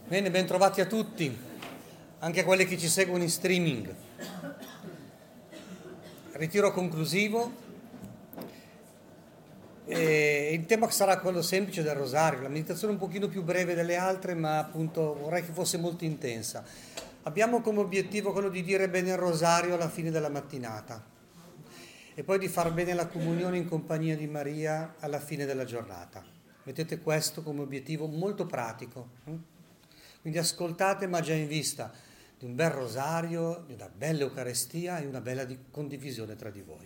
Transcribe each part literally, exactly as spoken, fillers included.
Bene, ben trovati a tutti, anche a quelli che ci seguono in streaming. Ritiro conclusivo. E il tema sarà quello semplice del rosario, la meditazione un pochino più breve delle altre, ma appunto vorrei che fosse molto intensa. Abbiamo come obiettivo quello di dire bene il rosario alla fine della mattinata e poi di far bene la comunione in compagnia di Maria alla fine della giornata. Mettete questo come obiettivo molto pratico. Quindi ascoltate, ma già in vista di un bel rosario, di una bella Eucaristia e una bella condivisione tra di voi.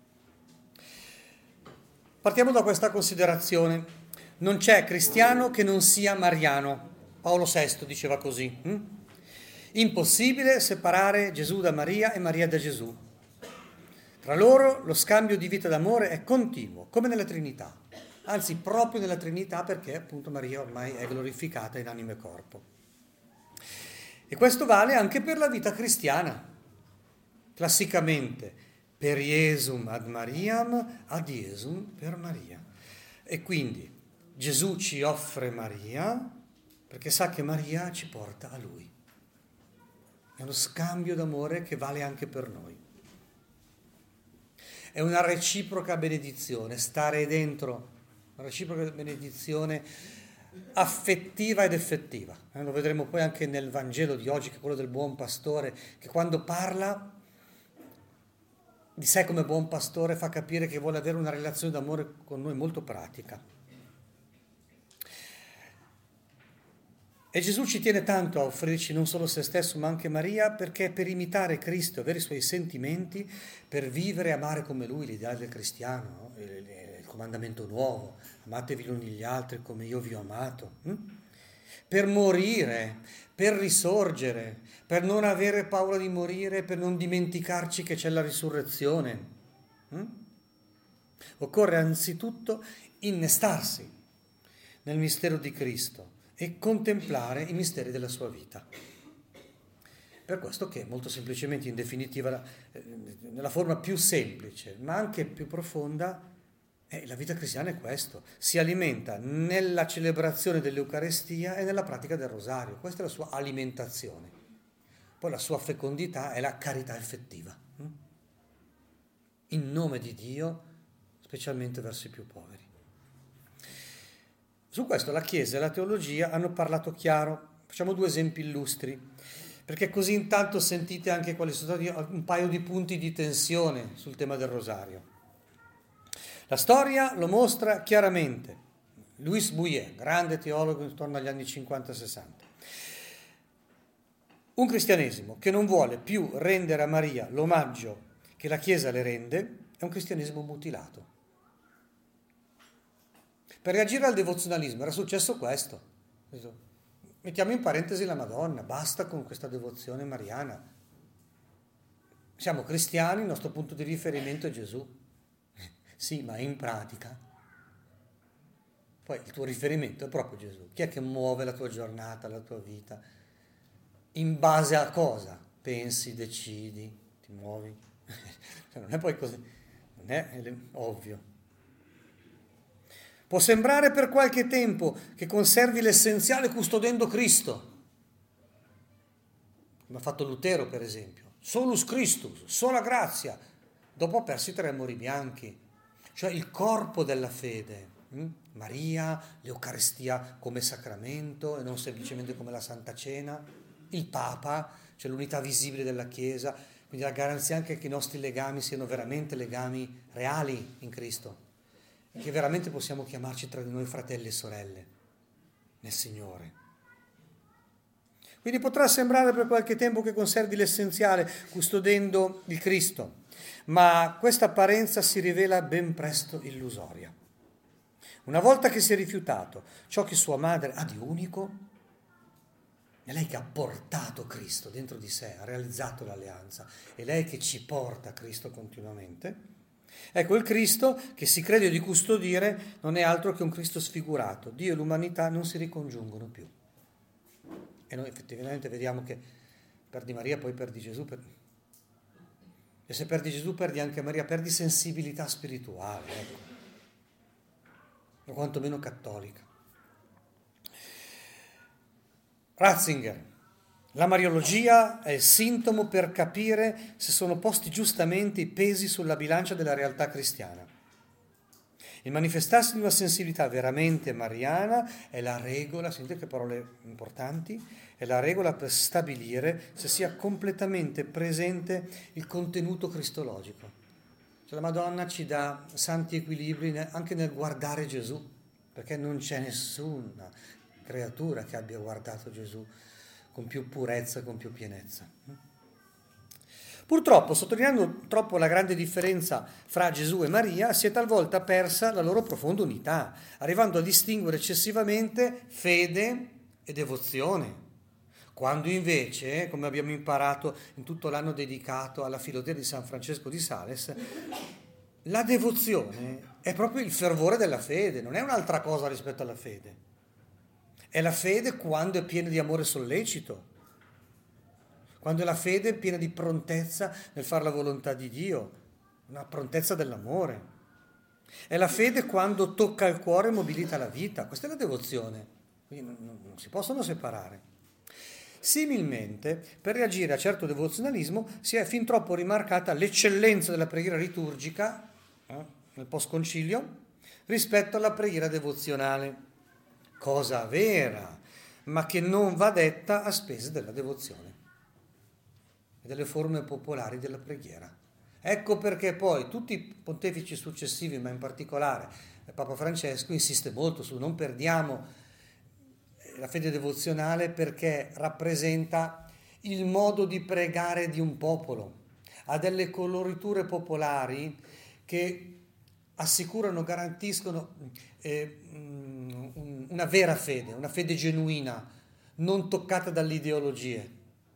Partiamo da questa considerazione. Non c'è cristiano che non sia mariano. Paolo sesto diceva così. Hm? Impossibile separare Gesù da Maria e Maria da Gesù. Tra loro lo scambio di vita d'amore è continuo, come nella Trinità. Anzi, proprio nella Trinità, perché appunto Maria ormai è glorificata in anima e corpo. E questo vale anche per la vita cristiana. Classicamente, per Iesum ad Mariam, ad Iesum per Maria. E quindi Gesù ci offre Maria perché sa che Maria ci porta a Lui. È uno scambio d'amore che vale anche per noi. È una reciproca benedizione, stare dentro, una reciproca benedizione affettiva ed effettiva. Eh, lo vedremo poi anche nel Vangelo di oggi, che è quello del buon pastore, che quando parla di sé come buon pastore fa capire che vuole avere una relazione d'amore con noi molto pratica. E Gesù ci tiene tanto a offrirci non solo se stesso ma anche Maria, perché per imitare Cristo, avere i suoi sentimenti, per vivere e amare come Lui, l'ideale del cristiano, no? il, il comandamento nuovo, amatevi gli uni gli altri come io vi ho amato, hm? Per morire, per risorgere, per non avere paura di morire, per non dimenticarci che c'è la risurrezione. Hm? Occorre anzitutto innestarsi nel mistero di Cristo e contemplare i misteri della sua vita. Per questo che molto semplicemente, in definitiva, nella forma più semplice, ma anche più profonda, eh, la vita cristiana è questo. Si alimenta nella celebrazione dell'Eucaristia e nella pratica del rosario. Questa è la sua alimentazione. Poi la sua fecondità è la carità effettiva. In nome di Dio, specialmente verso i più poveri. Su questo la Chiesa e la teologia hanno parlato chiaro. Facciamo due esempi illustri, perché così intanto sentite anche quali sono stati un paio di punti di tensione sul tema del rosario. La storia lo mostra chiaramente. Louis Bouillet, grande teologo intorno agli anni cinquanta sessanta. Un cristianesimo che non vuole più rendere a Maria l'omaggio che la Chiesa le rende è un cristianesimo mutilato. Per reagire al devozionalismo era successo questo. Mettiamo in parentesi la Madonna, basta con questa devozione mariana. Siamo cristiani, il nostro punto di riferimento è Gesù. Sì, ma in pratica. Poi il tuo riferimento è proprio Gesù. Chi è che muove la tua giornata, la tua vita? In base a cosa? Pensi, decidi, ti muovi? Non è poi così, non è ovvio. Può sembrare per qualche tempo che conservi l'essenziale custodendo Cristo, come ha fatto Lutero per esempio, solus Christus, sola grazia, dopo ha perso i tre amori bianchi, cioè il corpo della fede, hm? Maria, l'Eucaristia come sacramento e non semplicemente come la Santa Cena, il Papa, cioè l'unità visibile della Chiesa, quindi la garanzia anche che i nostri legami siano veramente legami reali in Cristo. Che veramente possiamo chiamarci tra di noi fratelli e sorelle nel Signore. Quindi potrà sembrare per qualche tempo che conservi l'essenziale custodendo il Cristo, ma questa apparenza si rivela ben presto illusoria. Una volta che si è rifiutato ciò che sua madre ha di unico, è lei che ha portato Cristo dentro di sé, ha realizzato l'alleanza, è lei che ci porta Cristo continuamente. Ecco, il Cristo che si crede di custodire non è altro che un Cristo sfigurato. Dio e l'umanità non si ricongiungono più. E noi effettivamente vediamo che perdi Maria, poi perdi Gesù. Per... E se perdi Gesù, perdi anche Maria, perdi sensibilità spirituale, ecco. O quantomeno cattolica. Ratzinger, la mariologia è il sintomo per capire se sono posti giustamente i pesi sulla bilancia della realtà cristiana. Il manifestarsi di una sensibilità veramente mariana è la regola, sentite che parole importanti, è la regola per stabilire se sia completamente presente il contenuto cristologico. Cioè la Madonna ci dà santi equilibri anche nel guardare Gesù, perché non c'è nessuna creatura che abbia guardato Gesù con più purezza, con più pienezza. Purtroppo, sottolineando troppo la grande differenza fra Gesù e Maria, si è talvolta persa la loro profonda unità, arrivando a distinguere eccessivamente fede e devozione, quando invece, come abbiamo imparato in tutto l'anno dedicato alla filodea di San Francesco di Sales, la devozione è proprio il fervore della fede, non è un'altra cosa rispetto alla fede. È la fede quando è piena di amore sollecito, quando è la fede piena di prontezza nel fare la volontà di Dio, una prontezza dell'amore. È la fede quando tocca il cuore e mobilita la vita. Questa è la devozione, quindi non, non si possono separare. Similmente, per reagire a certo devozionalismo si è fin troppo rimarcata l'eccellenza della preghiera liturgica, eh, nel post-concilio, rispetto alla preghiera devozionale, cosa vera, ma che non va detta a spese della devozione e delle forme popolari della preghiera. Ecco perché poi tutti i pontefici successivi, ma in particolare Papa Francesco, insiste molto su non perdiamo la fede devozionale perché rappresenta il modo di pregare di un popolo, ha delle coloriture popolari che assicurano, garantiscono eh, una vera fede, una fede genuina, non toccata dalle ideologie.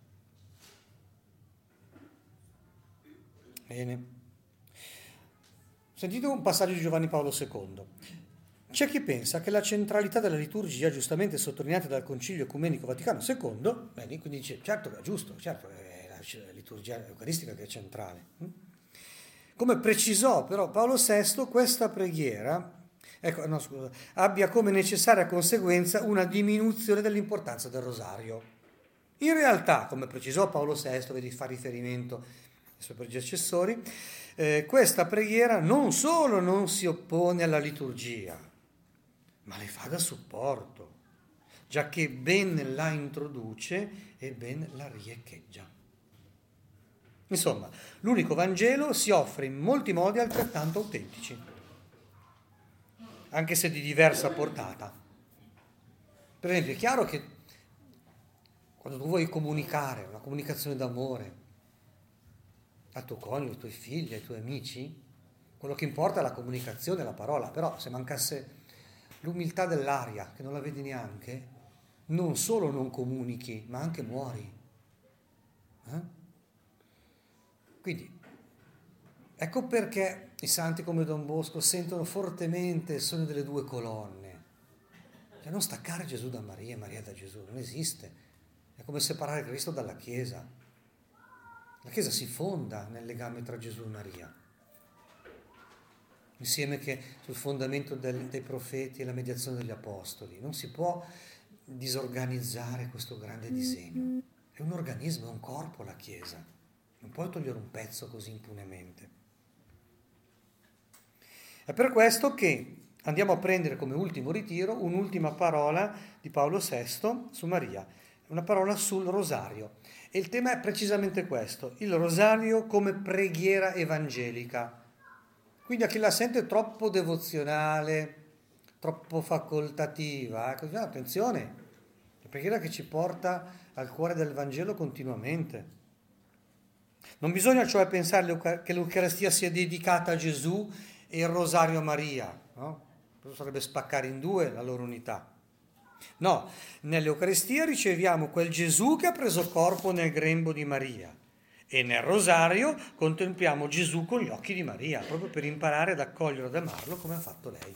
Bene. Sentite un passaggio di Giovanni Paolo secondo. C'è chi pensa che la centralità della liturgia, giustamente sottolineata dal Concilio Ecumenico Vaticano secondo, bene, quindi dice, certo, è giusto, certo, è la liturgia eucaristica che è centrale. Come precisò però Paolo sesto, questa preghiera, ecco, no, scusa, abbia come necessaria conseguenza una diminuzione dell'importanza del rosario. In realtà, come precisò Paolo sesto, vedi fa riferimento ai suoi predecessori, eh, questa preghiera non solo non si oppone alla liturgia, ma le fa da supporto, giacché ben la introduce e ben la riecheggia. Insomma, l'unico Vangelo si offre in molti modi altrettanto autentici, anche se di diversa portata. Per esempio, è chiaro che quando tu vuoi comunicare, una comunicazione d'amore, al tuo coniuge, ai tuoi figli, ai tuoi amici, quello che importa è la comunicazione, la parola, però se mancasse l'umiltà dell'aria, che non la vedi neanche, non solo non comunichi, ma anche muori. Eh? Quindi, ecco perché i santi come Don Bosco sentono fortemente il sogno delle due colonne. Cioè non staccare Gesù da Maria e Maria da Gesù, non esiste. È come separare Cristo dalla Chiesa. La Chiesa si fonda nel legame tra Gesù e Maria, insieme che sul fondamento del, dei profeti e la mediazione degli apostoli. Non si può disorganizzare questo grande disegno. È un organismo, è un corpo la Chiesa. Non puoi togliere un pezzo così impunemente. È per questo che andiamo a prendere come ultimo ritiro un'ultima parola di Paolo sesto su Maria, una parola sul rosario. E il tema è precisamente questo, il rosario come preghiera evangelica. Quindi a chi la sente troppo devozionale, troppo facoltativa, eh, attenzione, la preghiera che ci porta al cuore del Vangelo continuamente. Non bisogna cioè pensare che l'Eucaristia sia dedicata a Gesù e il rosario a Maria, no? Questo sarebbe spaccare in due la loro unità. No, nell'Eucaristia riceviamo quel Gesù che ha preso corpo nel grembo di Maria e nel rosario contempliamo Gesù con gli occhi di Maria, proprio per imparare ad accoglierlo, ad amarlo come ha fatto lei.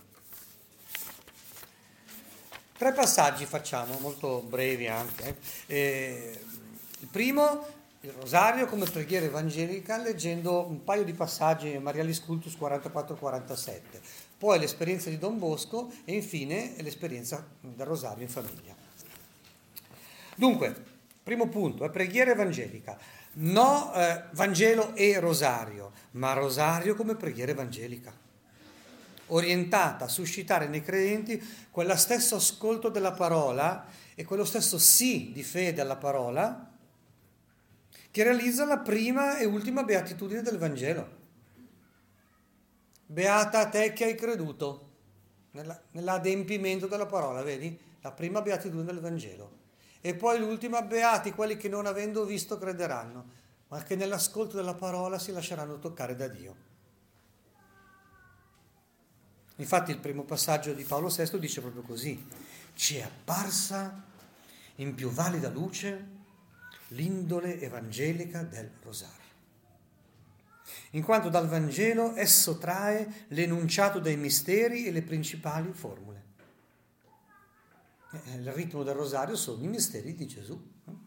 Tre passaggi facciamo, molto brevi anche. Eh, il primo, il rosario come preghiera evangelica, leggendo un paio di passaggi, Marialis Cultus quarantaquattro quarantasette. Poi l'esperienza di Don Bosco e infine l'esperienza del rosario in famiglia. Dunque, primo punto, è preghiera evangelica. No eh, Vangelo e rosario, ma rosario come preghiera evangelica, orientata a suscitare nei credenti quello stesso ascolto della parola e quello stesso sì di fede alla parola che realizza la prima e ultima beatitudine del Vangelo. Beata te che hai creduto, nella, nell'adempimento della parola, vedi? La prima beatitudine del Vangelo. E poi l'ultima, beati quelli che non avendo visto crederanno, ma che nell'ascolto della parola si lasceranno toccare da Dio. Infatti il primo passaggio di Paolo sesto dice proprio così: ci è apparsa in più valida luce l'indole evangelica del rosario, in quanto dal Vangelo esso trae l'enunciato dei misteri e le principali formule. Il ritmo del rosario sono i misteri di Gesù.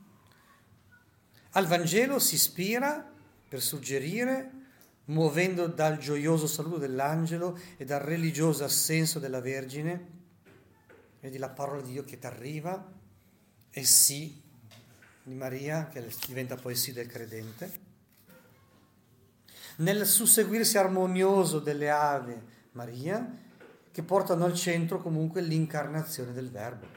Al Vangelo si ispira per suggerire, muovendo dal gioioso saluto dell'angelo e dal religioso assenso della Vergine, vedi la parola di Dio che ti arriva, e sì di Maria, che diventa poi sì del credente, nel susseguirsi armonioso delle Ave Maria, che portano al centro comunque l'incarnazione del Verbo.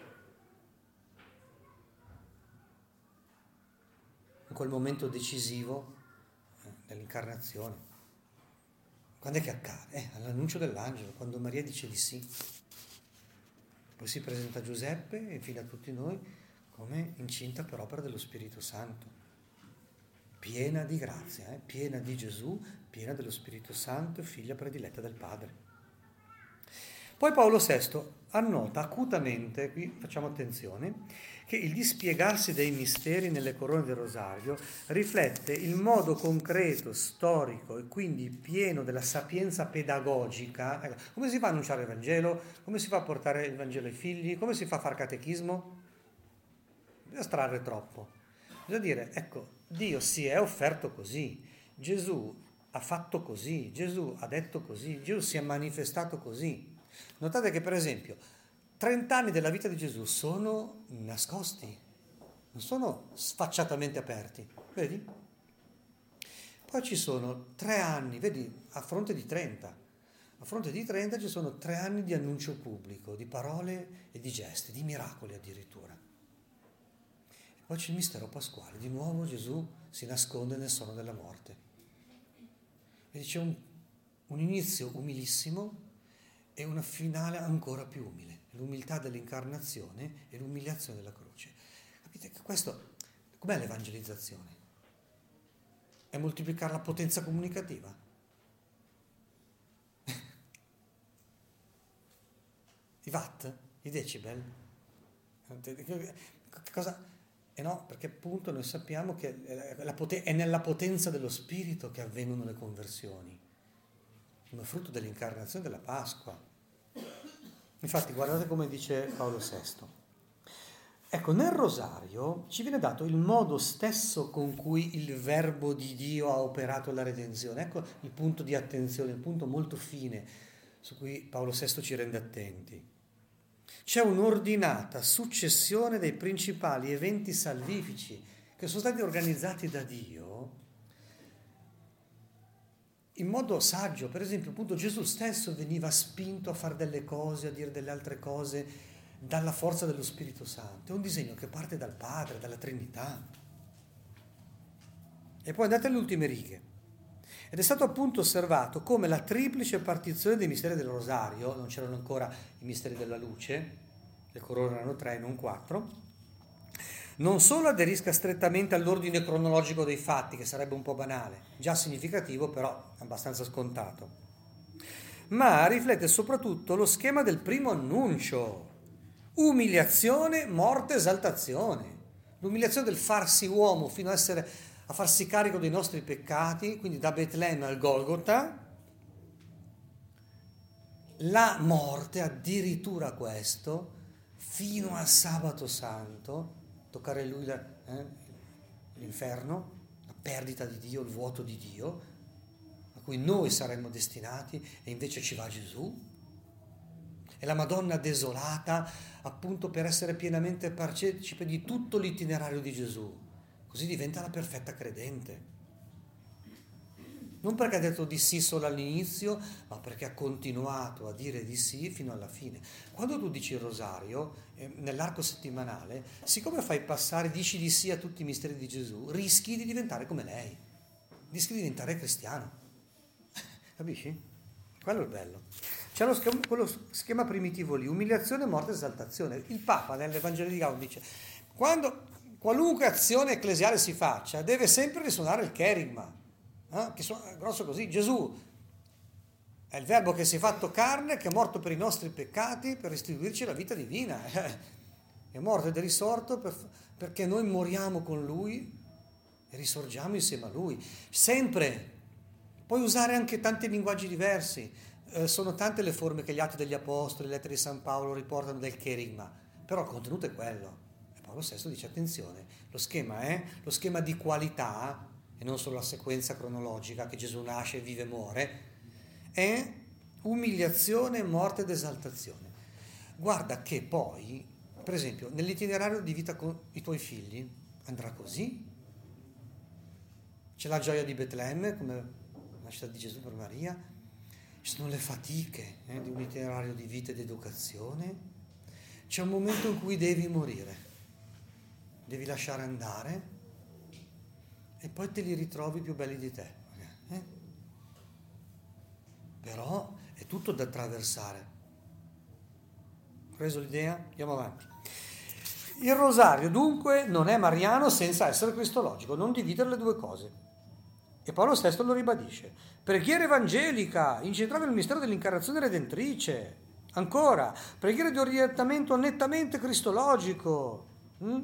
In quel momento decisivo eh, dell'incarnazione. Quando è che accade? Eh, all'annuncio dell'angelo, quando Maria dice di sì. Poi si presenta a Giuseppe e infine a tutti noi come incinta per opera dello Spirito Santo. Piena di grazia, eh? Piena di Gesù, piena dello Spirito Santo, figlia prediletta del Padre. Poi Paolo sesto annota acutamente, qui facciamo attenzione, che il dispiegarsi dei misteri nelle corone del rosario riflette il modo concreto, storico e quindi pieno della sapienza pedagogica. Ecco, come si fa a annunciare il Vangelo? Come si fa a portare il Vangelo ai figli? Come si fa a far catechismo? Bisogna astrarre troppo. Bisogna dire, ecco, Dio si è offerto così, Gesù ha fatto così, Gesù ha detto così, Gesù si è manifestato così. Notate che per esempio trenta anni della vita di Gesù sono nascosti, non sono sfacciatamente aperti, vedi? Poi ci sono tre anni, vedi, a fronte di trenta, a fronte di trenta ci sono tre anni di annuncio pubblico, di parole e di gesti, di miracoli addirittura. E poi c'è il mistero pasquale, di nuovo Gesù si nasconde nel sonno della morte. Vedi, c'è un, un inizio umilissimo e una finale ancora più umile, l'umiltà dell'incarnazione e l'umiliazione della croce. Capite che questo, com'è l'evangelizzazione? È moltiplicare la potenza comunicativa. I watt, i decibel. Che cosa? E no, perché appunto noi sappiamo che la poten- è nella potenza dello Spirito che avvengono le conversioni, come frutto dell'incarnazione della Pasqua. Infatti guardate come dice Paolo sesto. Ecco, nel rosario ci viene dato il modo stesso con cui il Verbo di Dio ha operato la redenzione. Ecco il punto di attenzione, il punto molto fine su cui Paolo sesto ci rende attenti. C'è un'ordinata successione dei principali eventi salvifici che sono stati organizzati da Dio in modo saggio. Per esempio, appunto, Gesù stesso veniva spinto a fare delle cose, a dire delle altre cose dalla forza dello Spirito Santo. È un disegno che parte dal Padre, dalla Trinità. E poi andate alle ultime righe. Ed è stato appunto osservato come la triplice partizione dei misteri del rosario, non c'erano ancora i misteri della luce, le corone erano tre, non quattro, non solo aderisca strettamente all'ordine cronologico dei fatti, che sarebbe un po' banale, già significativo però abbastanza scontato, ma riflette soprattutto lo schema del primo annuncio: umiliazione, morte, esaltazione. L'umiliazione del farsi uomo fino a essere, a farsi carico dei nostri peccati, quindi da Betlemme al Golgota, la morte, addirittura questo, fino al sabato santo, toccare lui la, eh, l'inferno, la perdita di Dio, il vuoto di Dio, a cui noi saremmo destinati e invece ci va Gesù. è la Madonna desolata appunto per essere pienamente partecipe di tutto l'itinerario di Gesù. Così diventa la perfetta credente. Non perché ha detto di sì solo all'inizio, ma perché ha continuato a dire di sì fino alla fine. Quando tu dici il rosario, eh, nell'arco settimanale, siccome fai passare, dici di sì a tutti i misteri di Gesù, rischi di diventare come lei, rischi di diventare cristiano. Capisci? Quello è il bello. C'è lo schema, quello schema primitivo lì, umiliazione, morte, esaltazione. Il Papa nell'Evangelo di Gaudium dice, quando qualunque azione ecclesiale si faccia, deve sempre risuonare il cherigma. Eh, che suona grosso così. Gesù è il Verbo che si è fatto carne, che è morto per i nostri peccati, per restituirci la vita divina. Eh, è morto ed è risorto per, perché noi moriamo con Lui e risorgiamo insieme a Lui. Sempre. Puoi usare anche tanti linguaggi diversi. Eh, sono tante le forme che gli Atti degli Apostoli, le lettere di San Paolo riportano del cherigma, però il contenuto è quello. E Paolo stesso dice, attenzione, lo schema è lo schema di qualità, e non solo la sequenza cronologica che Gesù nasce, vive e muore, è umiliazione, morte ed esaltazione. Guarda che poi, per esempio, nell'itinerario di vita con i tuoi figli andrà così. C'è la gioia di Betlemme, come la nascita di Gesù per Maria, ci sono le fatiche eh, di un itinerario di vita ed educazione, c'è un momento in cui devi morire, devi lasciare andare, e poi te li ritrovi più belli di te. Eh? Però è tutto da attraversare. Preso l'idea? Andiamo avanti. Il rosario dunque non è mariano senza essere cristologico, non dividere le due cose. E Paolo stesso lo ribadisce. Preghiera evangelica, incentrata nel mistero dell'incarnazione redentrice. Ancora, preghiera di orientamento nettamente cristologico. Mm?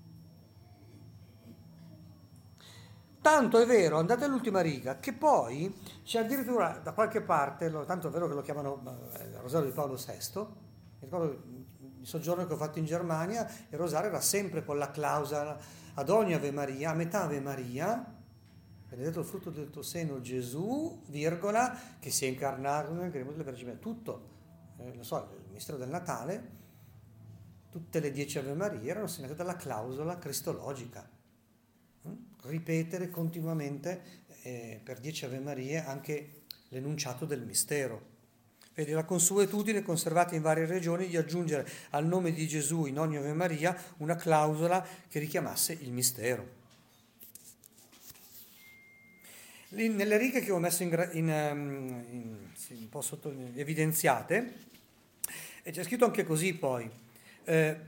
Tanto è vero, andate all'ultima riga, che poi c'è addirittura da qualche parte, tanto è vero che lo chiamano il Rosario di Paolo sesto, mi ricordo il soggiorno che ho fatto in Germania, il Rosario era sempre con la clausola ad ogni Ave Maria, a metà Ave Maria, benedetto il frutto del tuo seno Gesù, virgola, che si è incarnato nel grembo delle Vergine, tutto, eh, lo so, il mistero del Natale, tutte le dieci Ave Maria erano segnate dalla clausola cristologica. Ripetere continuamente eh, per dieci Ave Marie anche l'enunciato del mistero. Vedi, la consuetudine conservata in varie regioni di aggiungere al nome di Gesù in ogni Ave Maria una clausola che richiamasse il mistero. Lì, nelle righe che ho messo in, in, in, in un po' sotto, evidenziate, e c'è scritto anche così poi. Eh,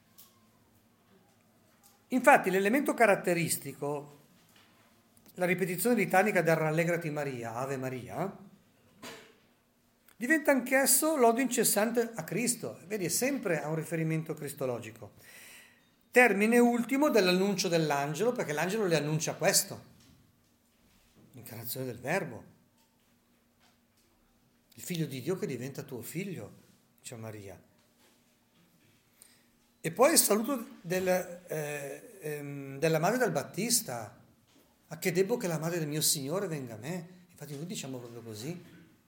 Infatti l'elemento caratteristico, la ripetizione litanica del Rallegrati Maria, Ave Maria, diventa anch'esso lode incessante a Cristo. Vedi, è sempre a un riferimento cristologico. Termine ultimo dell'annuncio dell'angelo, perché l'angelo le annuncia questo, l'incarnazione del Verbo. Il figlio di Dio che diventa tuo figlio, dice Maria. E poi il saluto del, eh, ehm, della madre del Battista. A che debbo che la madre del mio Signore venga a me? Infatti noi diciamo proprio così.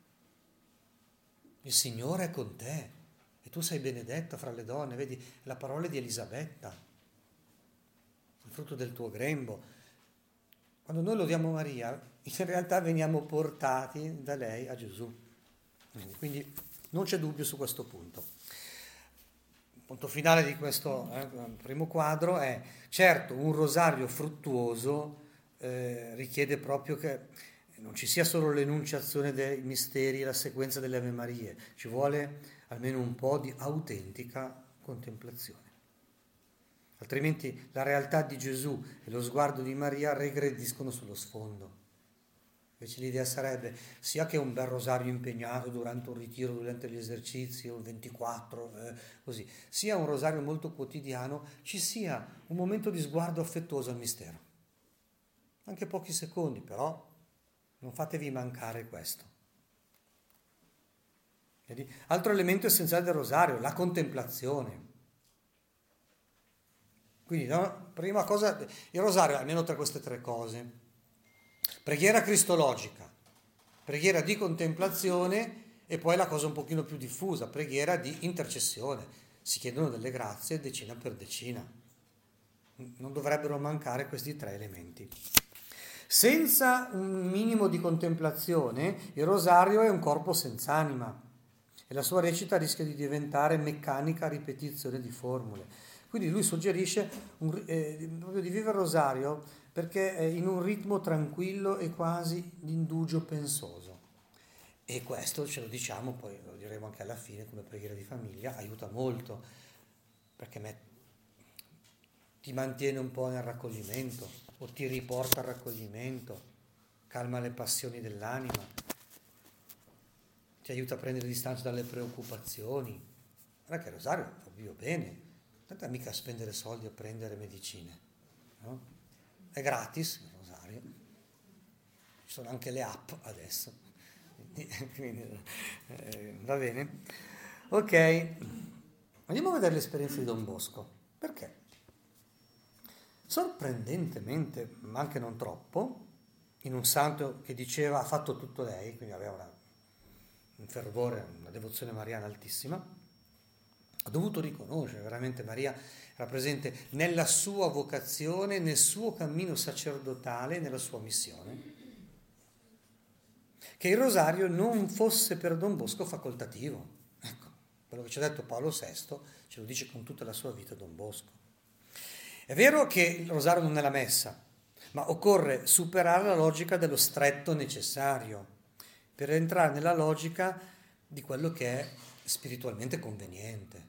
Il Signore è con te e tu sei benedetta fra le donne. Vedi la parola di Elisabetta, il frutto del tuo grembo. Quando noi lodiamo Maria, in realtà veniamo portati da lei a Gesù. Quindi non c'è dubbio su questo punto. Il punto finale di questo eh, primo quadro è, certo, un rosario fruttuoso eh, richiede proprio che non ci sia solo l'enunciazione dei misteri e la sequenza delle Ave Marie, ci vuole almeno un po' di autentica contemplazione. Altrimenti la realtà di Gesù e lo sguardo di Maria regrediscono sullo sfondo. Invece l'idea sarebbe sia che un bel rosario impegnato durante un ritiro, durante gli esercizi, o il ventiquattro, eh, così, sia un rosario molto quotidiano, ci sia un momento di sguardo affettuoso al mistero. Anche pochi secondi, però non fatevi mancare questo. Vedi? Altro elemento essenziale del rosario, la contemplazione. Quindi, no? Prima cosa, il rosario ha almeno tra queste tre cose. Preghiera cristologica, preghiera di contemplazione E poi la cosa un pochino più diffusa, preghiera di intercessione. Si chiedono delle grazie decina per decina. Non dovrebbero mancare questi tre elementi. Senza un minimo di contemplazione, il rosario è un corpo senza anima e la sua recita rischia di diventare meccanica ripetizione di formule. Quindi lui suggerisce un, eh, proprio di vivere il rosario perché è in un ritmo tranquillo e quasi di indugio pensoso. E questo ce lo diciamo, poi lo diremo anche alla fine come preghiera di famiglia, aiuta molto perché met- ti mantiene un po' nel raccoglimento o ti riporta al raccoglimento, calma le passioni dell'anima, ti aiuta a prendere distanza dalle preoccupazioni. Guarda che il rosario fa vivo bene, tanto è mica spendere soldi a prendere medicine, no? È gratis il rosario, ci sono anche le app adesso, quindi, eh, va bene. Ok, andiamo a vedere l'esperienza di Don Bosco. Perché? Sorprendentemente, ma anche non troppo, in un santo che diceva ha fatto tutto lei, quindi aveva una, un fervore, una devozione mariana altissima, ha dovuto riconoscere veramente Maria era presente nella sua vocazione, nel suo cammino sacerdotale, nella sua missione, che il rosario non fosse per Don Bosco facoltativo. Ecco, quello che ci ha detto Paolo sesto ce lo dice con tutta la sua vita Don Bosco. È vero che il rosario non è la messa, ma occorre superare la logica dello stretto necessario per entrare nella logica di quello che è spiritualmente conveniente.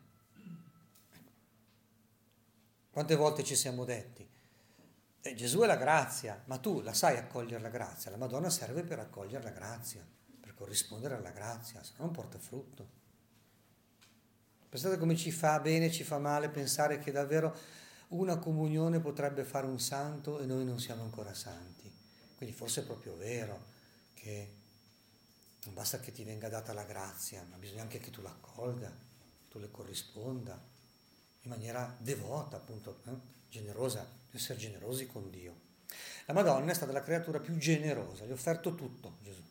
Quante volte ci siamo detti, eh, Gesù è la grazia, ma tu la sai accogliere la grazia? La Madonna serve per accogliere la grazia, per corrispondere alla grazia, se no non porta frutto. Pensate come ci fa bene, ci fa male pensare che davvero una comunione potrebbe fare un santo e noi non siamo ancora santi. Quindi forse è proprio vero che non basta che ti venga data la grazia, ma bisogna anche che tu l'accolga, tu le corrisponda in maniera devota, appunto, eh? generosa, essere generosi con Dio. La Madonna è stata la creatura più generosa, gli ha offerto tutto Gesù.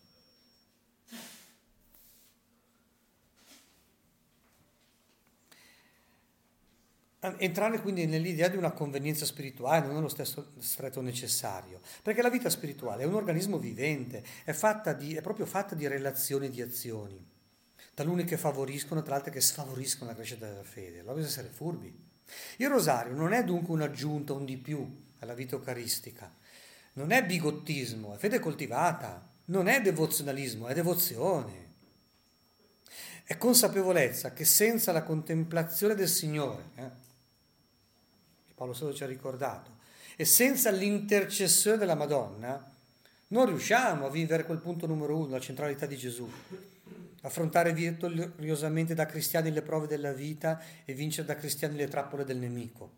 Entrare quindi nell'idea di una convenienza spirituale, non è lo stesso stretto necessario, perché la vita spirituale è un organismo vivente, è, fatta di, è proprio fatta di relazioni e di azioni, talune che favoriscono, tra l'altro che sfavoriscono la crescita della fede. Allora bisogna essere furbi. Il rosario non è dunque un'aggiunta, un di più alla vita eucaristica, non è bigottismo, è fede coltivata, non è devozionalismo, è devozione. È consapevolezza che senza la contemplazione del Signore, eh, Paolo sesto ci ha ricordato, e senza l'intercessione della Madonna non riusciamo a vivere quel punto numero uno, la centralità di Gesù, affrontare vittoriosamente da cristiani le prove della vita e vincere da cristiani le trappole del nemico.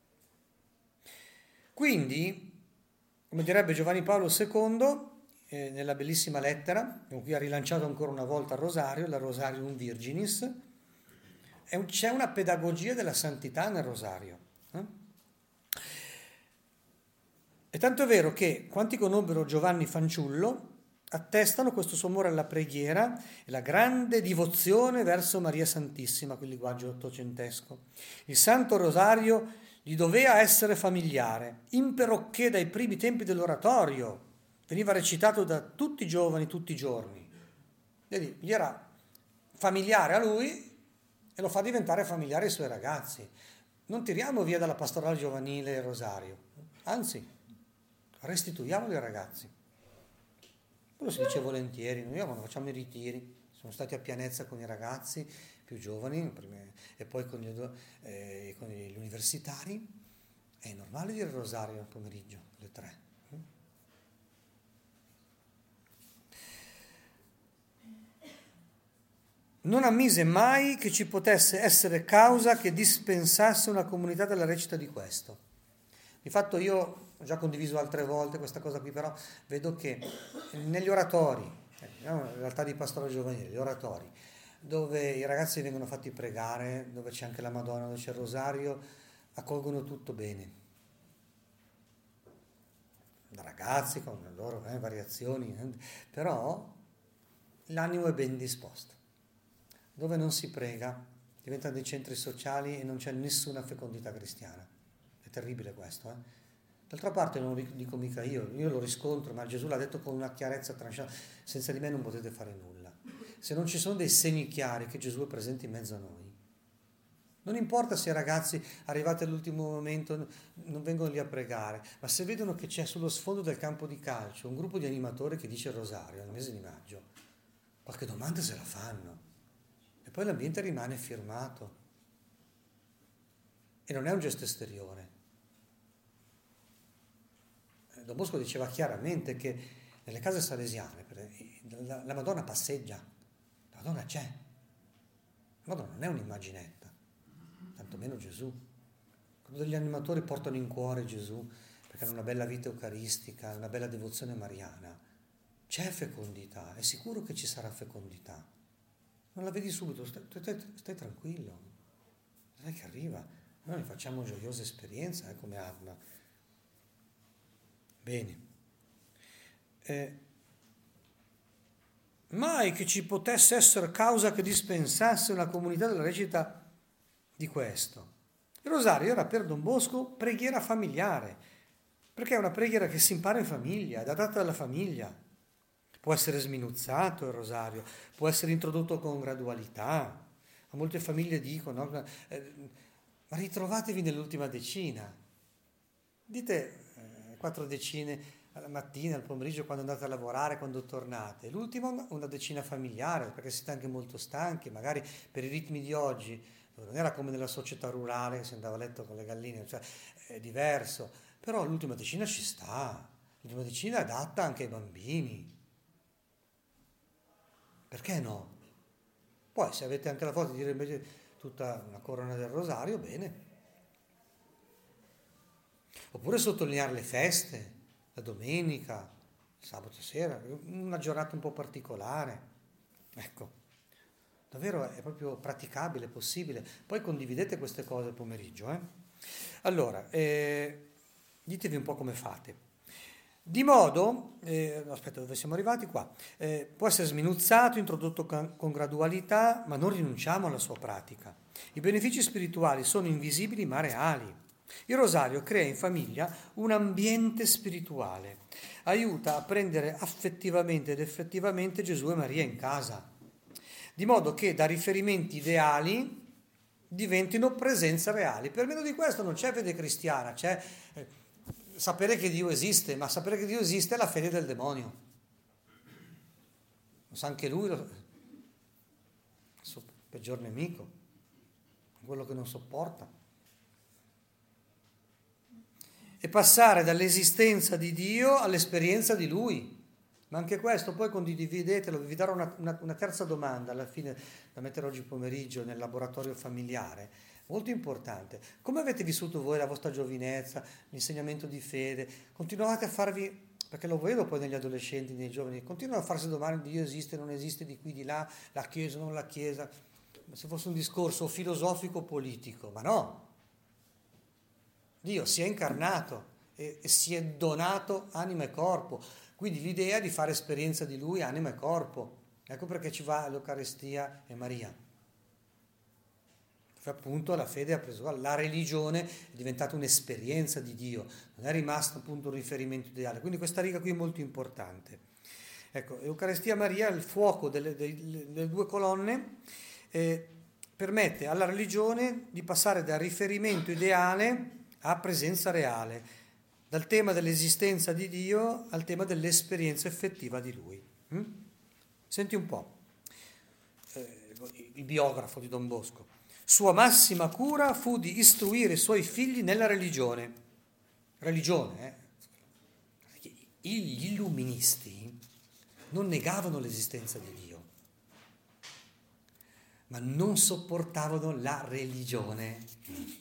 Quindi, come direbbe Giovanni Paolo secondo, eh, nella bellissima lettera, con cui ha rilanciato ancora una volta il rosario, la Rosarium Virginis, è un, c'è una pedagogia della santità nel rosario. Eh? È tanto vero che quanti conobbero Giovanni fanciullo attestano questo suo amore alla preghiera e la grande divozione verso Maria Santissima, quel linguaggio ottocentesco. Il Santo Rosario gli doveva essere familiare, imperocché dai primi tempi dell'oratorio, veniva recitato da tutti i giovani tutti i giorni. Vedi, gli era familiare a lui e lo fa diventare familiare ai suoi ragazzi. Non tiriamo via dalla pastorale giovanile il rosario, anzi, restituiamoli ai ragazzi. Quello si dice volentieri, noi quando facciamo i ritiri, siamo stati a Pianezza con i ragazzi più giovani e poi con gli, eh, con gli universitari, è normale dire il rosario al pomeriggio, alle tre. Non ammise mai che ci potesse essere causa che dispensasse una comunità dalla recita di questo. Di fatto io ho già condiviso altre volte questa cosa qui, però vedo che negli oratori, in realtà di pastorale giovanile, gli oratori, dove i ragazzi vengono fatti pregare, dove c'è anche la Madonna, dove c'è il rosario, accolgono tutto bene. Da ragazzi con le loro eh, variazioni, eh, però l'animo è ben disposto. dove non si prega, diventano dei centri sociali e non c'è nessuna fecondità cristiana. È terribile questo, eh? D'altra parte non lo dico mica io, io lo riscontro, ma Gesù l'ha detto con una chiarezza tranchante, senza di me non potete fare nulla. Se non ci sono dei segni chiari che Gesù è presente in mezzo a noi, non importa se i ragazzi arrivati all'ultimo momento non vengono lì a pregare, ma se vedono che c'è sullo sfondo del campo di calcio un gruppo di animatori che dice il rosario nel mese di maggio, qualche domanda se la fanno e poi l'ambiente rimane firmato e non è un gesto esteriore. Don Bosco diceva chiaramente che nelle case salesiane la, la Madonna passeggia, la Madonna c'è, la Madonna non è un'immaginetta, tantomeno Gesù. Quando degli animatori portano in cuore Gesù perché hanno una bella vita eucaristica, una bella devozione mariana, c'è fecondità, è sicuro che ci sarà fecondità. Non la vedi subito, stai, stai, stai tranquillo, sai che arriva. Noi facciamo gioiosa esperienza eh, come Adma. Bene. Eh, mai che ci potesse essere causa che dispensasse una comunità della recita di questo. Il rosario era per Don Bosco preghiera familiare, perché è una preghiera che si impara in famiglia, è adatta alla famiglia. Può essere sminuzzato il rosario, può essere introdotto con gradualità. A molte famiglie dicono, eh, ma ritrovatevi nell'ultima decina. Dite eh, quattro decine alla mattina, al pomeriggio, quando andate a lavorare, quando tornate. L'ultima una decina familiare, perché siete anche molto stanchi, magari per i ritmi di oggi. Non era come nella società rurale che si andava a letto con le galline, cioè è diverso. Però l'ultima decina ci sta. L'ultima decina è adatta anche ai bambini. Perché no? Poi se avete anche la forza di dire invece tutta una corona del rosario, bene. Oppure sottolineare le feste, la domenica, il sabato sera, una giornata un po' particolare. Ecco, davvero è proprio praticabile, possibile. Poi condividete queste cose il pomeriggio. Eh? Allora, eh, ditevi un po' come fate. Di modo, eh, aspetta, dove siamo arrivati? Qua. Eh, può essere sminuzzato, introdotto con, con gradualità, ma non rinunciamo alla sua pratica. I benefici spirituali sono invisibili ma reali. Il rosario crea in famiglia un ambiente spirituale, aiuta a prendere affettivamente ed effettivamente Gesù e Maria in casa, di modo che da riferimenti ideali diventino presenze reali. Per meno di questo non c'è fede cristiana, c'è eh, sapere che Dio esiste, ma sapere che Dio esiste è la fede del demonio. Lo sa anche lui, lo, il suo peggior nemico, quello che non sopporta. E passare dall'esistenza di Dio all'esperienza di Lui. Ma anche questo poi condividetelo, vi darò una, una, una terza domanda alla fine da mettere oggi pomeriggio nel laboratorio familiare, molto importante. Come avete vissuto voi la vostra giovinezza, l'insegnamento di fede? Continuate a farvi, perché lo vedo poi negli adolescenti, nei giovani, continuano a farsi domande: Dio esiste, non esiste, di qui, di là, la Chiesa, non la Chiesa. Se fosse un discorso filosofico politico, ma no. Dio si è incarnato e, e si è donato anima e corpo, quindi l'idea di fare esperienza di Lui anima e corpo. Ecco perché ci va l'Eucaristia e Maria. Appunto la fede ha preso, la religione è diventata un'esperienza di Dio, non è rimasto appunto un riferimento ideale. Quindi questa riga qui è molto importante. Ecco, Eucaristia Maria, il fuoco delle, delle, delle due colonne, eh, permette alla religione di passare dal riferimento ideale a presenza reale, dal tema dell'esistenza di Dio al tema dell'esperienza effettiva di Lui. Mm? Senti un po', eh, il biografo di Don Bosco. Sua massima cura fu di istruire i suoi figli nella religione. Religione, eh? Gli illuministi non negavano l'esistenza di Dio, ma non sopportavano la religione,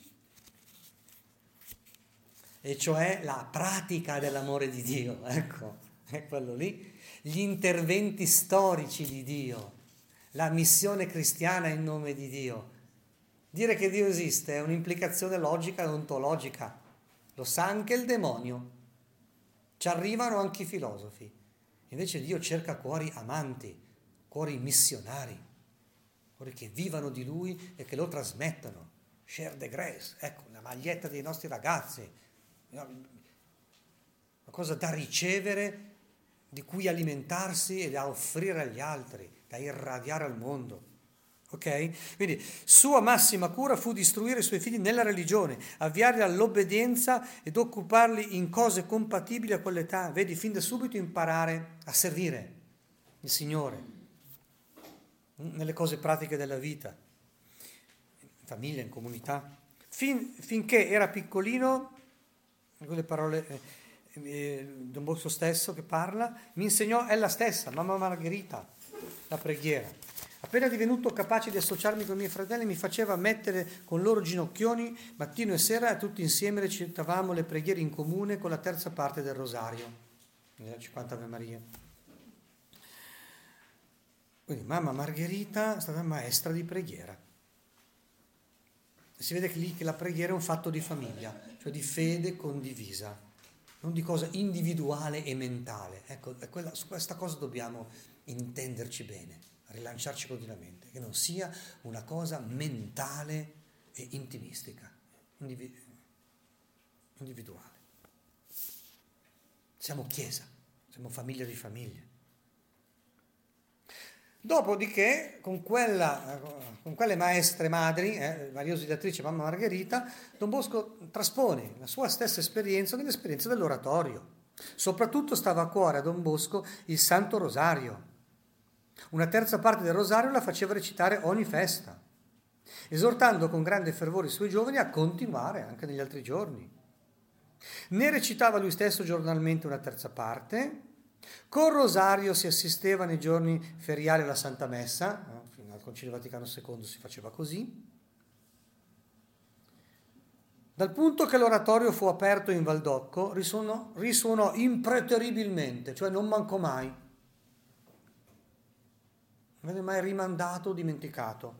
e cioè la pratica dell'amore di Dio, ecco, è quello lì, gli interventi storici di Dio, la missione cristiana in nome di Dio. Dire che Dio esiste è un'implicazione logica e ontologica, lo sa anche il demonio, ci arrivano anche i filosofi, invece Dio cerca cuori amanti, cuori missionari. vorrei che vivano di Lui e che lo trasmettano. Share the grace, ecco, la maglietta dei nostri ragazzi, una cosa da ricevere, di cui alimentarsi e da offrire agli altri, da irradiare al mondo. Ok? Quindi sua massima cura fu di istruire i suoi figli nella religione, avviarli all'obbedienza ed occuparli in cose compatibili a quell'età. Vedi, fin da subito imparare a servire il Signore nelle cose pratiche della vita, in famiglia, in comunità. Fin, finché era piccolino, quelle parole eh, eh, Don Bosco stesso che parla, mi insegnò ella stessa, mamma Margherita, la preghiera. Appena divenuto capace di associarmi con i miei fratelli, mi faceva mettere con loro ginocchioni mattino e sera e tutti insieme recitavamo le preghiere in comune con la terza parte del rosario, nella cinquanta Ave Maria. Quindi mamma Margherita è stata maestra di preghiera. E si vede che lì che la preghiera è un fatto di famiglia, cioè di fede condivisa, non di cosa individuale e mentale. Ecco, è quella, su questa cosa dobbiamo intenderci bene, rilanciarci continuamente, che non sia una cosa mentale e intimistica, individu- individuale. Siamo chiesa, siamo famiglia di famiglie. Dopodiché, con, quella, con quelle maestre madri, eh, Maria Ausiliatrice e mamma Margherita, Don Bosco traspone la sua stessa esperienza nell'esperienza dell'oratorio. Soprattutto stava a cuore a Don Bosco il Santo Rosario. Una terza parte del Rosario la faceva recitare ogni festa, esortando con grande fervore i suoi giovani a continuare anche negli altri giorni. Ne recitava lui stesso giornalmente una terza parte. Col Rosario si assisteva nei giorni feriali alla Santa Messa, fino al Concilio Vaticano secondo si faceva così. Dal punto che l'oratorio fu aperto in Valdocco, risuonò, risuonò impreteribilmente, cioè non mancò mai. Non venne mai rimandato o dimenticato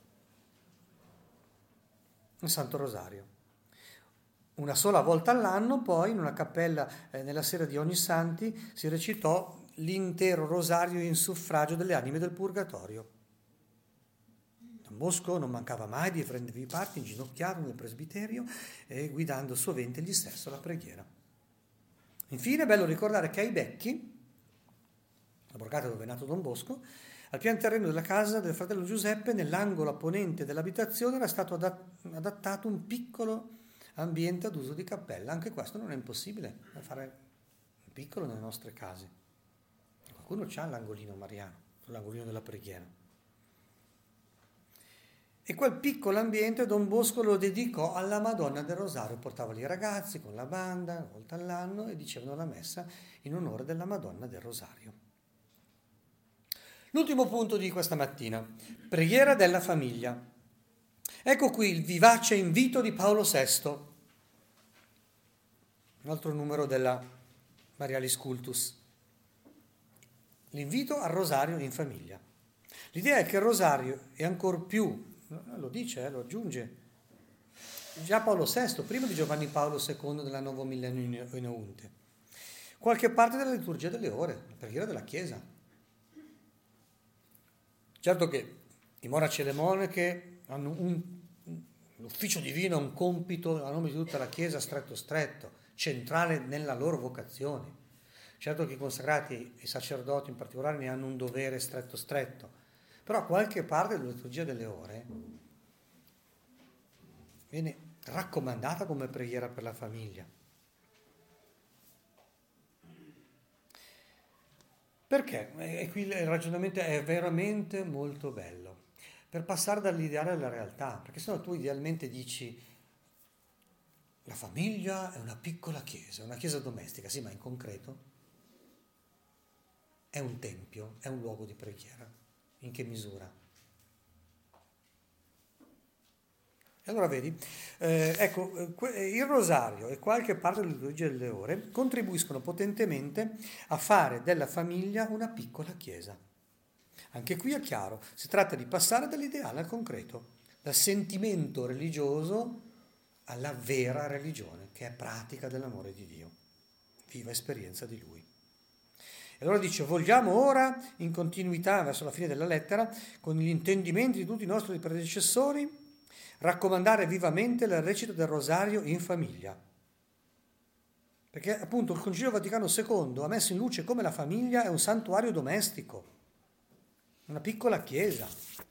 il Santo Rosario. Una sola volta all'anno, poi, in una cappella eh, nella sera di Ogni Santi, si recitò l'intero rosario in suffragio delle anime del Purgatorio. Don Bosco non mancava mai di prendervi parte inginocchiato nel presbiterio e guidando sovente egli stesso la preghiera. Infine è bello ricordare che ai Becchi, la borgata dove è nato Don Bosco, al pian terreno della casa del fratello Giuseppe, nell'angolo a ponente dell'abitazione, era stato adattato un piccolo ambiente ad uso di cappella. Anche questo non è impossibile fare un piccolo nelle nostre case. Qualcuno c'ha l'angolino mariano, l'angolino della preghiera. E quel piccolo ambiente Don Bosco lo dedicò alla Madonna del Rosario. Portava lì i ragazzi con la banda una volta all'anno e dicevano la messa in onore della Madonna del Rosario. L'ultimo punto di questa mattina, preghiera della famiglia. Ecco qui il vivace invito di Paolo sesto, un altro numero della Marialis Cultus. L'invito al rosario in famiglia. L'idea è che il rosario è ancor più, lo dice, eh, lo aggiunge, già Paolo sesto, prima di Giovanni Paolo secondo della Novo Millennio in Aunte. Qualche parte della liturgia delle ore, la preghiera della Chiesa. Certo che i monaci e le monache hanno un, l'ufficio divino, un compito a nome di tutta la Chiesa stretto stretto, centrale nella loro vocazione. Certo che i consacrati e i sacerdoti in particolare ne hanno un dovere stretto stretto, però qualche parte della liturgia delle ore viene raccomandata come preghiera per la famiglia. Perché? E qui il ragionamento è veramente molto bello, per passare dall'ideale alla realtà, perché sennò tu idealmente dici la famiglia è una piccola chiesa, una chiesa domestica, sì, ma in concreto è un tempio, è un luogo di preghiera. In che misura? E allora vedi, eh, ecco, il rosario e qualche parte della liturgia delle ore contribuiscono potentemente a fare della famiglia una piccola chiesa. Anche qui è chiaro, si tratta di passare dall'ideale al concreto, dal sentimento religioso alla vera religione, che è pratica dell'amore di Dio, viva esperienza di Lui. E allora dice, vogliamo ora, in continuità verso la fine della lettera, con gli intendimenti di tutti i nostri predecessori, raccomandare vivamente la recita del rosario in famiglia. Perché appunto il Concilio Vaticano secondo ha messo in luce come la famiglia è un santuario domestico, una piccola chiesa.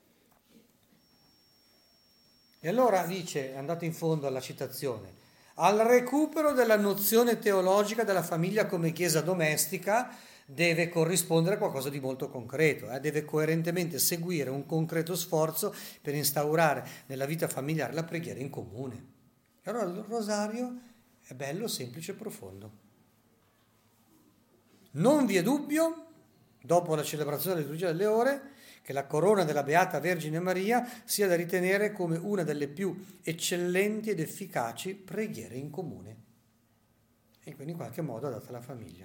E allora dice, andate in fondo alla citazione, al recupero della nozione teologica della famiglia come chiesa domestica deve corrispondere qualcosa di molto concreto, eh? Deve coerentemente seguire un concreto sforzo per instaurare nella vita familiare la preghiera in comune. E allora il rosario è bello, semplice e profondo. Non vi è dubbio, dopo la celebrazione della liturgia delle ore, che la corona della Beata Vergine Maria sia da ritenere come una delle più eccellenti ed efficaci preghiere in comune. E quindi in qualche modo adatta alla famiglia.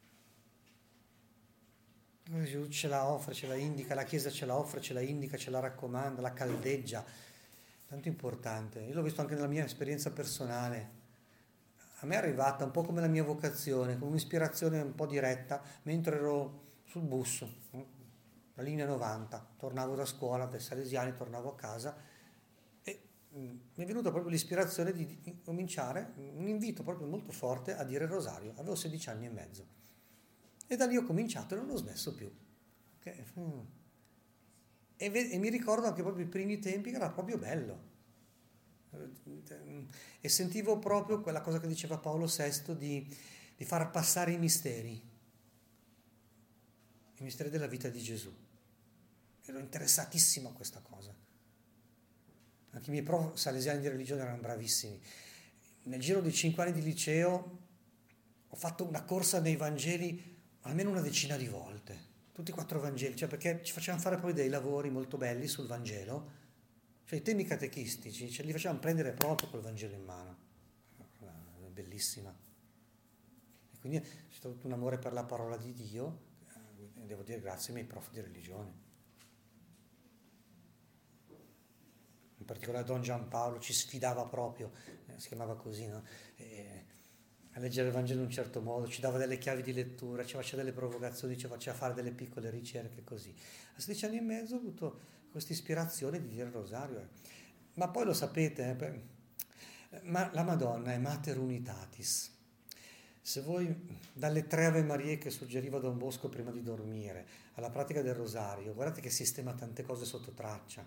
Gesù ce la offre, ce la indica, la Chiesa ce la offre, ce la indica, ce la raccomanda, la caldeggia. Tanto importante. Io l'ho visto anche nella mia esperienza personale. A me è arrivata un po' come la mia vocazione, con un'ispirazione un po' diretta, mentre ero sul bus, la linea novanta, tornavo da scuola, dai Salesiani, tornavo a casa e mi è venuta proprio l'ispirazione di cominciare, un invito proprio molto forte a dire il rosario. Avevo sedici anni e mezzo. E da lì ho cominciato e non ho smesso più. Okay. E, ve- e mi ricordo anche proprio i primi tempi che era proprio bello. E sentivo proprio quella cosa che diceva Paolo sesto di, di far passare i misteri, i misteri della vita di Gesù. Ero interessatissimo a questa cosa. Anche i miei prof salesiani di religione erano bravissimi. Nel giro di cinque anni di liceo ho fatto una corsa nei Vangeli almeno una decina di volte, tutti i quattro Vangeli, cioè perché ci facevano fare poi dei lavori molto belli sul Vangelo, cioè i temi catechistici ce li facevano prendere proprio col Vangelo in mano. È bellissima. E quindi c'è stato un amore per la parola di Dio, e devo dire grazie ai miei prof di religione. In particolare Don Giampaolo ci sfidava proprio, eh, si chiamava così, no? E, a leggere il Vangelo in un certo modo, ci dava delle chiavi di lettura, ci faceva delle provocazioni, ci faceva fare delle piccole ricerche così. A sedici anni e mezzo ho avuto questa ispirazione di dire il rosario. Eh. Ma poi lo sapete, eh, ma la Madonna è Mater Unitatis. Se voi, dalle tre Ave Marie che suggeriva Don Bosco prima di dormire, alla pratica del rosario, guardate che sistema tante cose sotto traccia.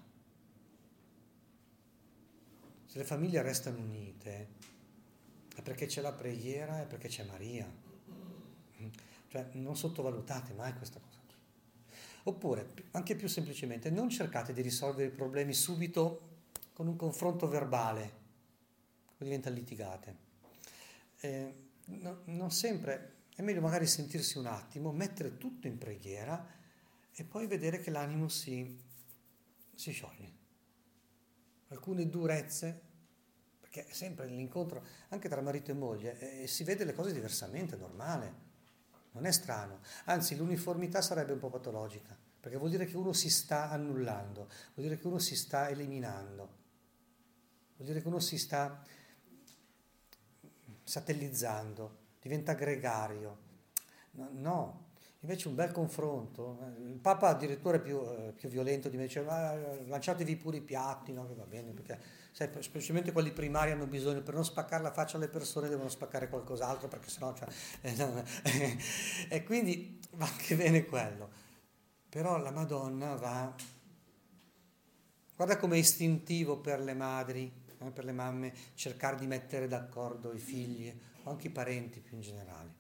Se le famiglie restano unite, è perché c'è la preghiera e perché c'è Maria. Cioè, non sottovalutate mai questa cosa. Oppure, anche più semplicemente, non cercate di risolvere i problemi subito con un confronto verbale, poi diventa litigate. Eh, no, non sempre, è meglio magari sentirsi un attimo, mettere tutto in preghiera e poi vedere che l'animo si, si scioglie. Alcune durezze, perché è sempre l'incontro anche tra marito e moglie, e si vede le cose diversamente, è normale, non è strano, anzi l'uniformità sarebbe un po' patologica, perché vuol dire che uno si sta annullando, vuol dire che uno si sta eliminando, vuol dire che uno si sta satellizzando, diventa gregario. No, no. Invece un bel confronto, il Papa addirittura è più, eh, più violento di me, diceva ah, lanciatevi pure i piatti, no? Che va bene, perché sai, specialmente quelli primari hanno bisogno, per non spaccare la faccia alle persone devono spaccare qualcos'altro, perché sennò cioè, eh, no, eh, e quindi va anche bene quello. Però la Madonna va, guarda com'è istintivo per le madri, eh, per le mamme, cercare di mettere d'accordo i figli o anche i parenti più in generale.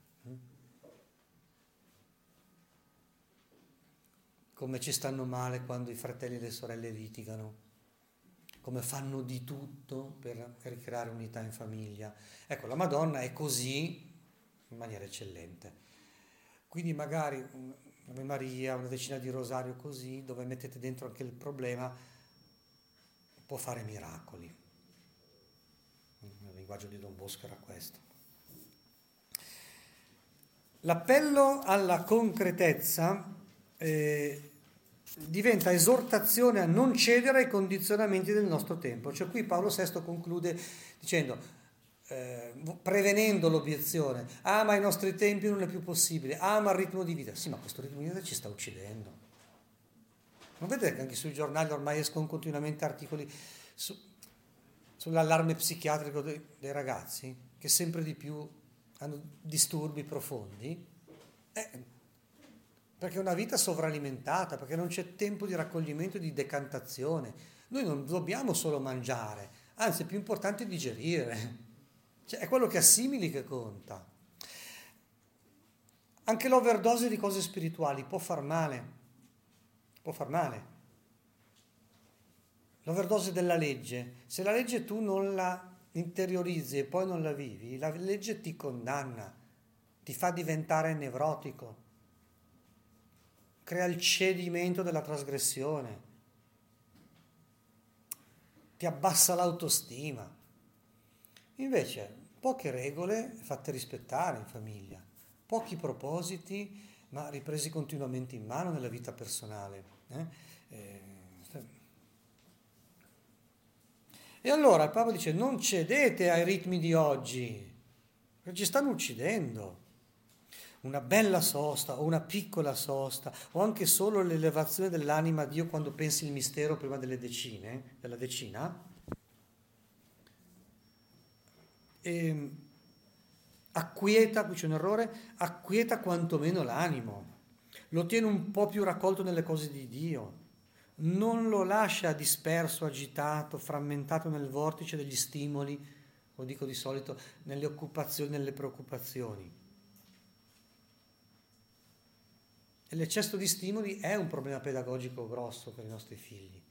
Come ci stanno male quando i fratelli e le sorelle litigano, come fanno di tutto per ricreare unità in famiglia. Ecco, la Madonna è così in maniera eccellente. Quindi magari Ave Maria, una decina di rosario così, dove mettete dentro anche il problema, può fare miracoli. Il linguaggio di Don Bosco era questo. L'appello alla concretezza eh, diventa esortazione a non cedere ai condizionamenti del nostro tempo. Cioè qui Paolo sesto conclude dicendo eh, prevenendo l'obiezione, ah ma ai nostri tempi non è più possibile, ah ma il ritmo di vita, sì ma questo ritmo di vita ci sta uccidendo. Non vedete che anche sui giornali ormai escono continuamente articoli su, sull'allarme psichiatrico dei, dei ragazzi, che sempre di più hanno disturbi profondi? Eh, perché è una vita sovralimentata, perché non c'è tempo di raccoglimento e di decantazione. Noi non dobbiamo solo mangiare, anzi è più importante digerire. Cioè, è quello che assimili che conta. Anche l'overdose di cose spirituali può far male. Può far male. L'overdose della legge. Se la legge tu non la interiorizzi e poi non la vivi, la legge ti condanna, ti fa diventare nevrotico, crea il cedimento della trasgressione, ti abbassa l'autostima. Invece, poche regole fatte rispettare in famiglia, pochi propositi, ma ripresi continuamente in mano nella vita personale. Eh? Eh, e allora il Papa dice: non cedete ai ritmi di oggi, perché ci stanno uccidendo. Una bella sosta o una piccola sosta o anche solo l'elevazione dell'anima a Dio quando pensi il mistero prima delle decine, della decina, e acquieta, qui c'è un errore, acquieta quantomeno l'animo, lo tiene un po' più raccolto nelle cose di Dio, non lo lascia disperso, agitato, frammentato nel vortice degli stimoli, lo dico di solito, nelle occupazioni, nelle preoccupazioni. E l'eccesso di stimoli è un problema pedagogico grosso per i nostri figli,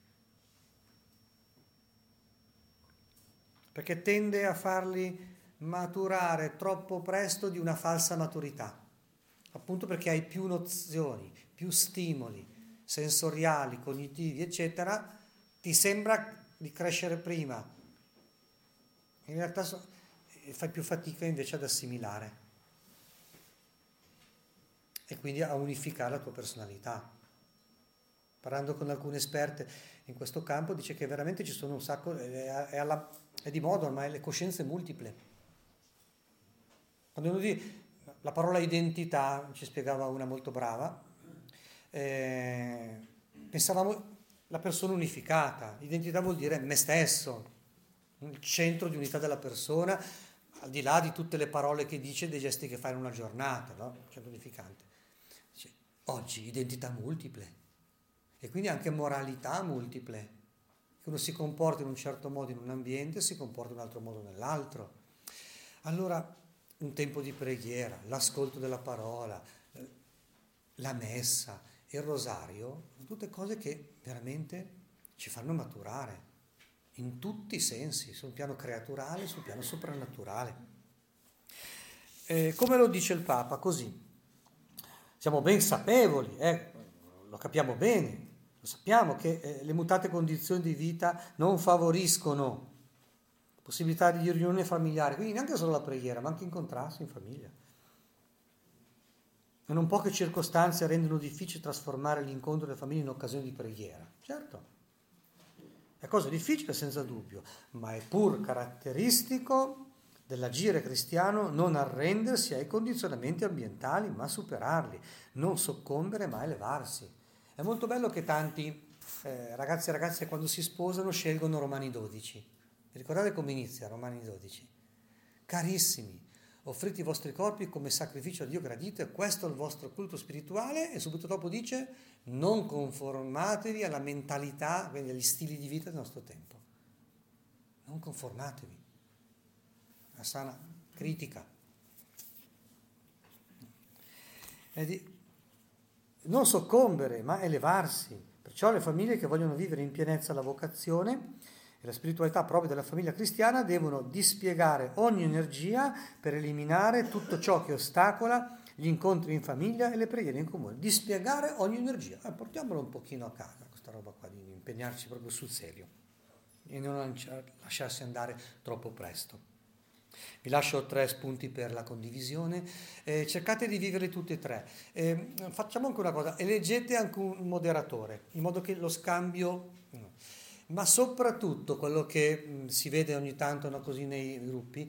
perché tende a farli maturare troppo presto di una falsa maturità, appunto perché hai più nozioni, più stimoli sensoriali, cognitivi, eccetera, ti sembra di crescere prima, in realtà so, fai più fatica invece ad assimilare e quindi a unificare la tua personalità. Parlando con alcune esperte in questo campo, dice che veramente ci sono un sacco, è, alla, è di moda ormai, le coscienze multiple. Quando uno dice la parola identità, ci spiegava una molto brava, eh, pensavamo la persona unificata. Identità vuol dire me stesso, il centro di unità della persona, al di là di tutte le parole che dice e dei gesti che fa in una giornata, no? Centro unificante. Cioè, oggi identità multiple e quindi anche moralità multiple, che uno si comporta in un certo modo in un ambiente e si comporta in un altro modo nell'altro. Allora un tempo di preghiera, l'ascolto della parola, la messa, il rosario, sono tutte cose che veramente ci fanno maturare in tutti i sensi, sul piano creaturale e sul piano soprannaturale. Eh, come lo dice il Papa? Così. Siamo ben sapevoli, eh, lo capiamo bene, lo sappiamo che eh, le mutate condizioni di vita non favoriscono possibilità di riunione familiare, quindi neanche solo la preghiera, ma anche incontrarsi in famiglia. E non poche circostanze rendono difficile trasformare l'incontro delle famiglie in occasione di preghiera. Certo, è cosa difficile senza dubbio, ma è pur caratteristico dell'agire cristiano non arrendersi ai condizionamenti ambientali, ma superarli, non soccombere, ma elevarsi. È molto bello che tanti eh, ragazzi e ragazze quando si sposano scelgono Romani dodici. Vi ricordate come inizia Romani dodici? Carissimi, offrite i vostri corpi come sacrificio a Dio gradito e questo è il vostro culto spirituale, e subito dopo dice non conformatevi alla mentalità, quindi agli stili di vita del nostro tempo. Non conformatevi. Una sana critica. E di, non soccombere, ma elevarsi. Perciò le famiglie che vogliono vivere in pienezza la vocazione e la spiritualità propria della famiglia cristiana devono dispiegare ogni energia per eliminare tutto ciò che ostacola gli incontri in famiglia e le preghiere in comune. Dispiegare ogni energia. Eh, portiamolo un pochino a casa, questa roba qua, di impegnarci proprio sul serio e non lasciarsi andare troppo presto. Vi lascio tre spunti per la condivisione, eh, cercate di viverli tutti e tre. Eh, facciamo anche una cosa, eleggete anche un moderatore, in modo che lo scambio... No. Ma soprattutto quello che mh, si vede ogni tanto no, così nei gruppi,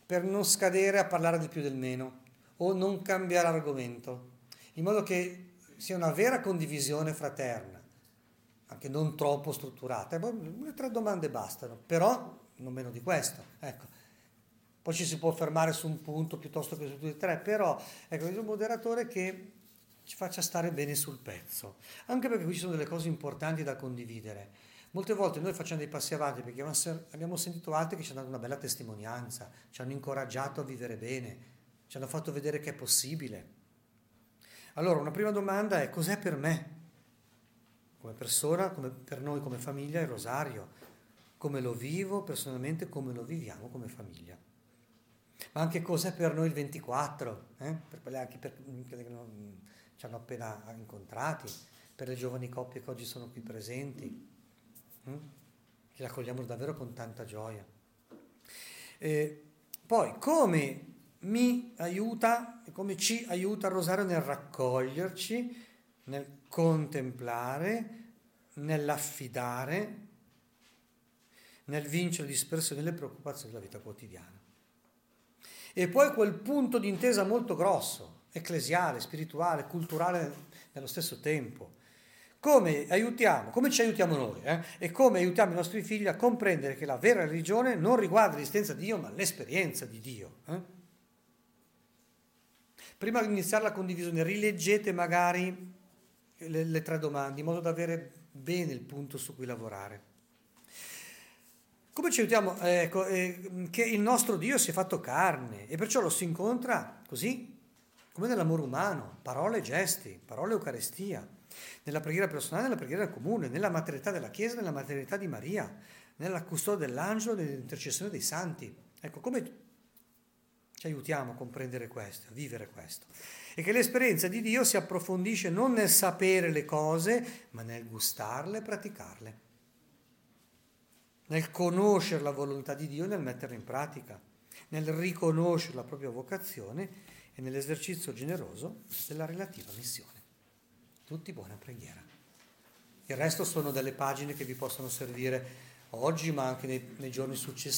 per non scadere a parlare del più del meno o non cambiare argomento, in modo che sia una vera condivisione fraterna, anche non troppo strutturata. Le tre domande bastano, però non meno di questo, ecco. Poi ci si può fermare su un punto piuttosto che su tutti e tre, però ecco, è un moderatore che ci faccia stare bene sul pezzo, anche perché qui ci sono delle cose importanti da condividere. Molte volte noi facciamo dei passi avanti perché abbiamo sentito altri che ci hanno dato una bella testimonianza, ci hanno incoraggiato a vivere bene, ci hanno fatto vedere che è possibile. Allora, una prima domanda è: cos'è per me, come persona, come per noi come famiglia, il rosario? Come lo vivo personalmente, come lo viviamo come famiglia? Ma anche cos'è per noi il ventiquattro, eh? Per quelle anche per quelle che non ci hanno appena incontrati, per le giovani coppie che oggi sono qui presenti, hm? Che la accogliamo davvero con tanta gioia. E poi, come mi aiuta, come ci aiuta il rosario nel raccoglierci, nel contemplare, nell'affidare, nel vincere le dispersioni e le preoccupazioni della vita quotidiana. E poi quel punto di intesa molto grosso, ecclesiale, spirituale, culturale nello stesso tempo. Come aiutiamo, come ci aiutiamo noi eh? E come aiutiamo i nostri figli a comprendere che la vera religione non riguarda l'esistenza di Dio, ma l'esperienza di Dio. Eh? Prima di iniziare la condivisione, rileggete magari le, le tre domande, in modo da avere bene il punto su cui lavorare. Come ci aiutiamo? Ecco, eh, che il nostro Dio si è fatto carne e perciò lo si incontra così, come nell'amore umano, parole e gesti, parole e Eucaristia, nella preghiera personale, nella preghiera comune, nella maternità della Chiesa, nella maternità di Maria, nella custodia dell'angelo, nell'intercessione dei santi. Ecco, come ci aiutiamo a comprendere questo, a vivere questo? E che l'esperienza di Dio si approfondisce non nel sapere le cose, ma nel gustarle e praticarle. Nel conoscere la volontà di Dio e nel metterla in pratica, nel riconoscere la propria vocazione e nell'esercizio generoso della relativa missione. Tutti buona preghiera. Il resto sono delle pagine che vi possono servire oggi, ma anche nei, nei giorni successivi.